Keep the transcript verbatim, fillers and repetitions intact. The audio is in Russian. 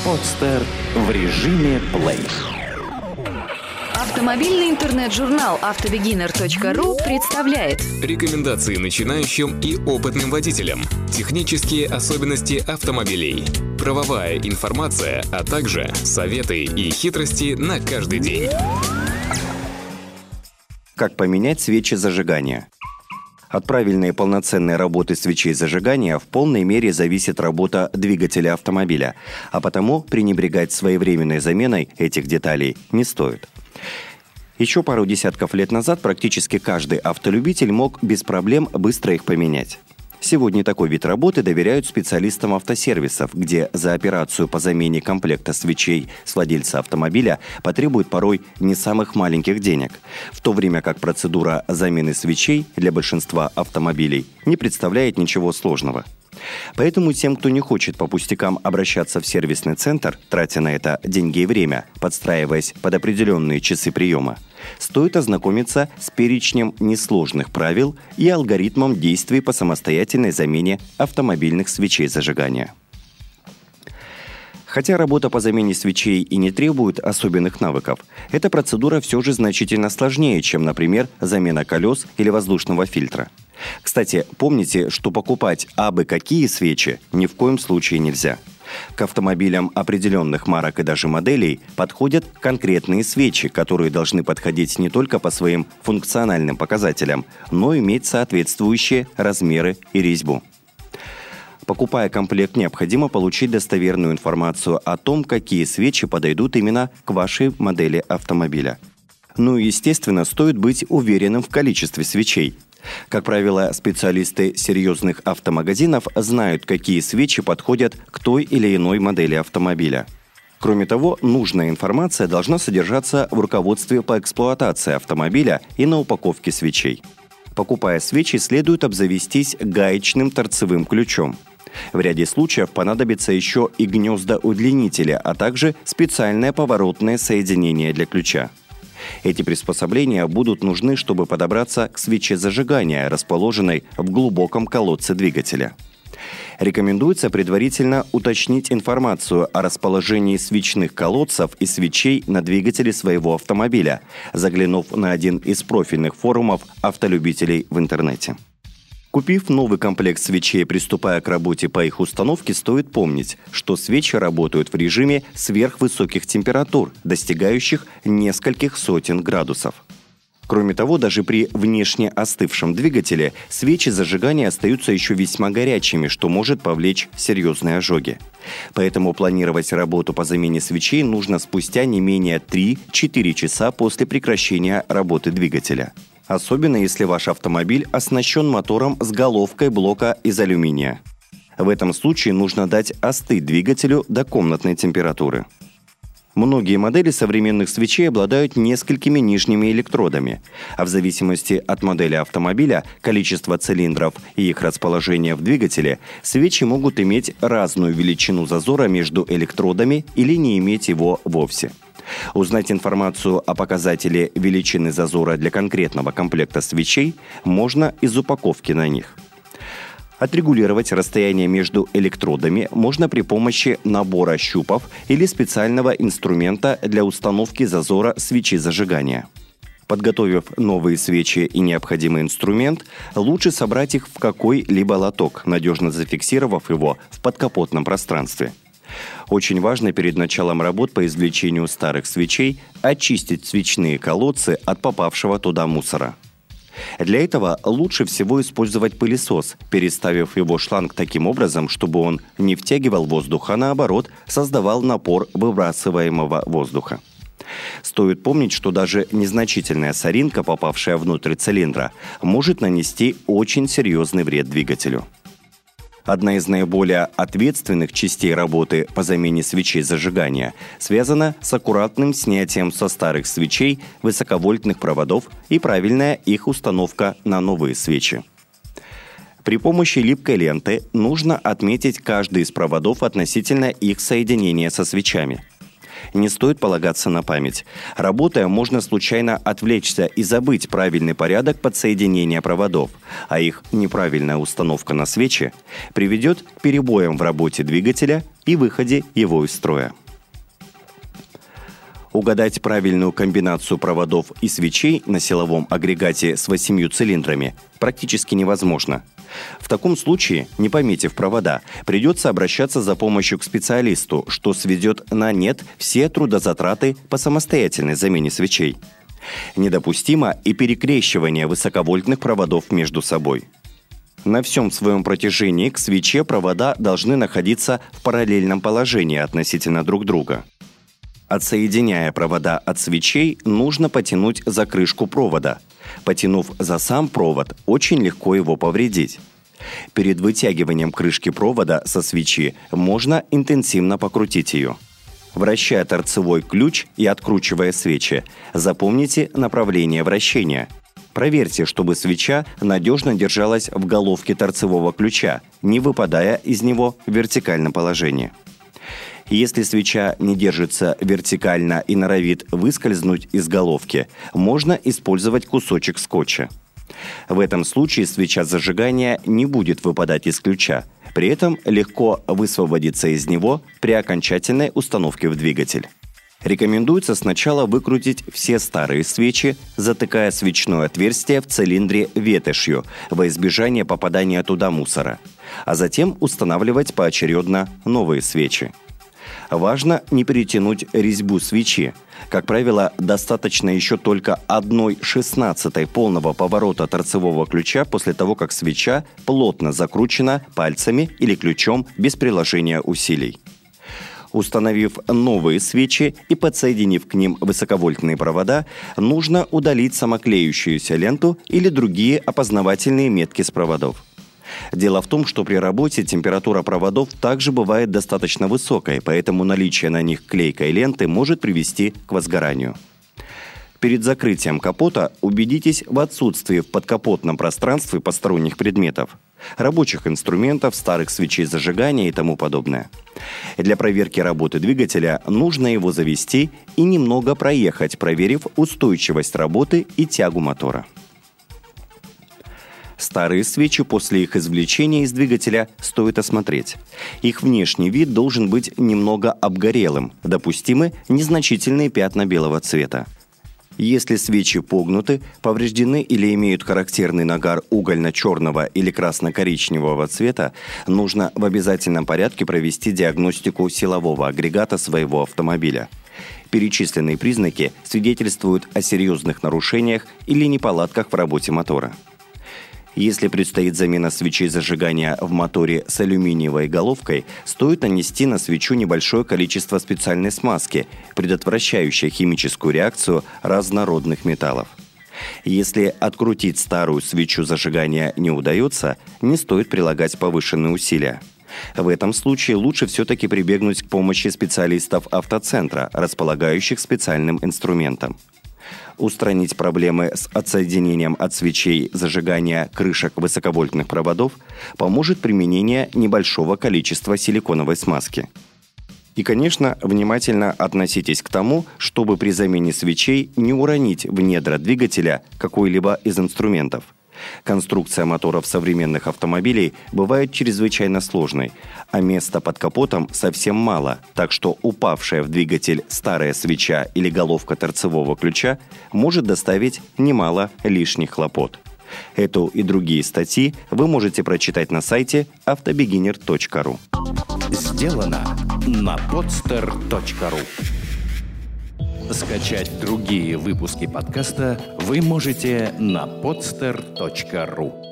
Подстер в режиме плей. Автомобильный интернет-журнал автобегинер точка ру представляет рекомендации начинающим и опытным водителям, технические особенности автомобилей, правовая информация, а также советы и хитрости на каждый день. Как поменять свечи зажигания? От правильной и полноценной работы свечей зажигания в полной мере зависит работа двигателя автомобиля, а потому пренебрегать своевременной заменой этих деталей не стоит. Еще пару десятков лет назад практически каждый автолюбитель мог без проблем быстро их поменять. Сегодня такой вид работы доверяют специалистам автосервисов, где за операцию по замене комплекта свечей с владельца автомобиля потребует порой не самых маленьких денег, в то время как процедура замены свечей для большинства автомобилей не представляет ничего сложного. Поэтому тем, кто не хочет по пустякам обращаться в сервисный центр, тратя на это деньги и время, подстраиваясь под определенные часы приема, стоит ознакомиться с перечнем несложных правил и алгоритмом действий по самостоятельной замене автомобильных свечей зажигания. Хотя работа по замене свечей и не требует особенных навыков, эта процедура все же значительно сложнее, чем, например, замена колес или воздушного фильтра. Кстати, помните, что покупать абы какие свечи ни в коем случае нельзя. К автомобилям определенных марок и даже моделей подходят конкретные свечи, которые должны подходить не только по своим функциональным показателям, но и иметь соответствующие размеры и резьбу. Покупая комплект, необходимо получить достоверную информацию о том, какие свечи подойдут именно к вашей модели автомобиля. Ну и, естественно, стоит быть уверенным в количестве свечей. Как правило, специалисты серьезных автомагазинов знают, какие свечи подходят к той или иной модели автомобиля. Кроме того, нужная информация должна содержаться в руководстве по эксплуатации автомобиля и на упаковке свечей. Покупая свечи, следует обзавестись гаечным торцевым ключом. В ряде случаев понадобится еще и гнезда-удлинители, а также специальное поворотное соединение для ключа. Эти приспособления будут нужны, чтобы подобраться к свече зажигания, расположенной в глубоком колодце двигателя. Рекомендуется предварительно уточнить информацию о расположении свечных колодцев и свечей на двигателе своего автомобиля, заглянув на один из профильных форумов автолюбителей в интернете. Купив новый комплект свечей, приступая к работе по их установке, стоит помнить, что свечи работают в режиме сверхвысоких температур, достигающих нескольких сотен градусов. Кроме того, даже при внешне остывшем двигателе свечи зажигания остаются еще весьма горячими, что может повлечь серьезные ожоги. Поэтому планировать работу по замене свечей нужно спустя не менее три-четыре часа после прекращения работы двигателя. Особенно если ваш автомобиль оснащен мотором с головкой блока из алюминия. В этом случае нужно дать остыть двигателю до комнатной температуры. Многие модели современных свечей обладают несколькими нижними электродами, а в зависимости от модели автомобиля, количества цилиндров и их расположения в двигателе, свечи могут иметь разную величину зазора между электродами или не иметь его вовсе. Узнать информацию о показателе величины зазора для конкретного комплекта свечей можно из упаковки на них. Отрегулировать расстояние между электродами можно при помощи набора щупов или специального инструмента для установки зазора свечи зажигания. Подготовив новые свечи и необходимый инструмент, лучше собрать их в какой-либо лоток, надежно зафиксировав его в подкапотном пространстве. Очень важно перед началом работ по извлечению старых свечей очистить свечные колодцы от попавшего туда мусора. Для этого лучше всего использовать пылесос, переставив его шланг таким образом, чтобы он не втягивал воздух, а наоборот создавал напор выбрасываемого воздуха. Стоит помнить, что даже незначительная соринка, попавшая внутрь цилиндра, может нанести очень серьезный вред двигателю. Одна из наиболее ответственных частей работы по замене свечей зажигания связана с аккуратным снятием со старых свечей высоковольтных проводов и правильная их установка на новые свечи. При помощи липкой ленты нужно отметить каждый из проводов относительно их соединения со свечами. Не стоит полагаться на память. Работая, можно случайно отвлечься и забыть правильный порядок подсоединения проводов, а их неправильная установка на свечи приведет к перебоям в работе двигателя и выходе его из строя. Угадать правильную комбинацию проводов и свечей на силовом агрегате с восемью цилиндрами практически невозможно. В таком случае, не пометив провода, придется обращаться за помощью к специалисту, что сведет на нет все трудозатраты по самостоятельной замене свечей. Недопустимо и перекрещивание высоковольтных проводов между собой. На всем своем протяжении к свече провода должны находиться в параллельном положении относительно друг друга. Отсоединяя провода от свечей, нужно потянуть за крышку провода. Потянув за сам провод, очень легко его повредить. Перед вытягиванием крышки провода со свечи можно интенсивно покрутить ее. Вращая торцевой ключ и откручивая свечи, запомните направление вращения. Проверьте, чтобы свеча надежно держалась в головке торцевого ключа, не выпадая из него в вертикальном положении. Если свеча не держится вертикально и норовит выскользнуть из головки, можно использовать кусочек скотча. В этом случае свеча зажигания не будет выпадать из ключа, при этом легко высвободиться из него при окончательной установке в двигатель. Рекомендуется сначала выкрутить все старые свечи, затыкая свечное отверстие в цилиндре ветошью во избежание попадания туда мусора, а затем устанавливать поочередно новые свечи. Важно не перетянуть резьбу свечи. Как правило, достаточно еще только одной шестнадцатой полного поворота торцевого ключа после того, как свеча плотно закручена пальцами или ключом без приложения усилий. Установив новые свечи и подсоединив к ним высоковольтные провода, нужно удалить самоклеющуюся ленту или другие опознавательные метки с проводов. Дело в том, что при работе температура проводов также бывает достаточно высокой, поэтому наличие на них клейкой ленты может привести к возгоранию. Перед закрытием капота убедитесь в отсутствии в подкапотном пространстве посторонних предметов, рабочих инструментов, старых свечей зажигания и тому подобное. Для проверки работы двигателя нужно его завести и немного проехать, проверив устойчивость работы и тягу мотора. Старые свечи после их извлечения из двигателя стоит осмотреть. Их внешний вид должен быть немного обгорелым, допустимы незначительные пятна белого цвета. Если свечи погнуты, повреждены или имеют характерный нагар угольно-черного или красно-коричневого цвета, нужно в обязательном порядке провести диагностику силового агрегата своего автомобиля. Перечисленные признаки свидетельствуют о серьезных нарушениях или неполадках в работе мотора. Если предстоит замена свечей зажигания в моторе с алюминиевой головкой, стоит нанести на свечу небольшое количество специальной смазки, предотвращающей химическую реакцию разнородных металлов. Если открутить старую свечу зажигания не удается, не стоит прилагать повышенные усилия. В этом случае лучше все-таки прибегнуть к помощи специалистов автоцентра, располагающих специальным инструментом. Устранить проблемы с отсоединением от свечей зажигания крышек высоковольтных проводов поможет применение небольшого количества силиконовой смазки. И, конечно, внимательно относитесь к тому, чтобы при замене свечей не уронить в недра двигателя какой-либо из инструментов. Конструкция моторов современных автомобилей бывает чрезвычайно сложной, а места под капотом совсем мало, так что упавшая в двигатель старая свеча или головка торцевого ключа может доставить немало лишних хлопот. Эту и другие статьи вы можете прочитать на сайте автобегинер точка ру. Сделано на подстер точка ру. Скачать другие выпуски подкаста вы можете на подстер точка ру.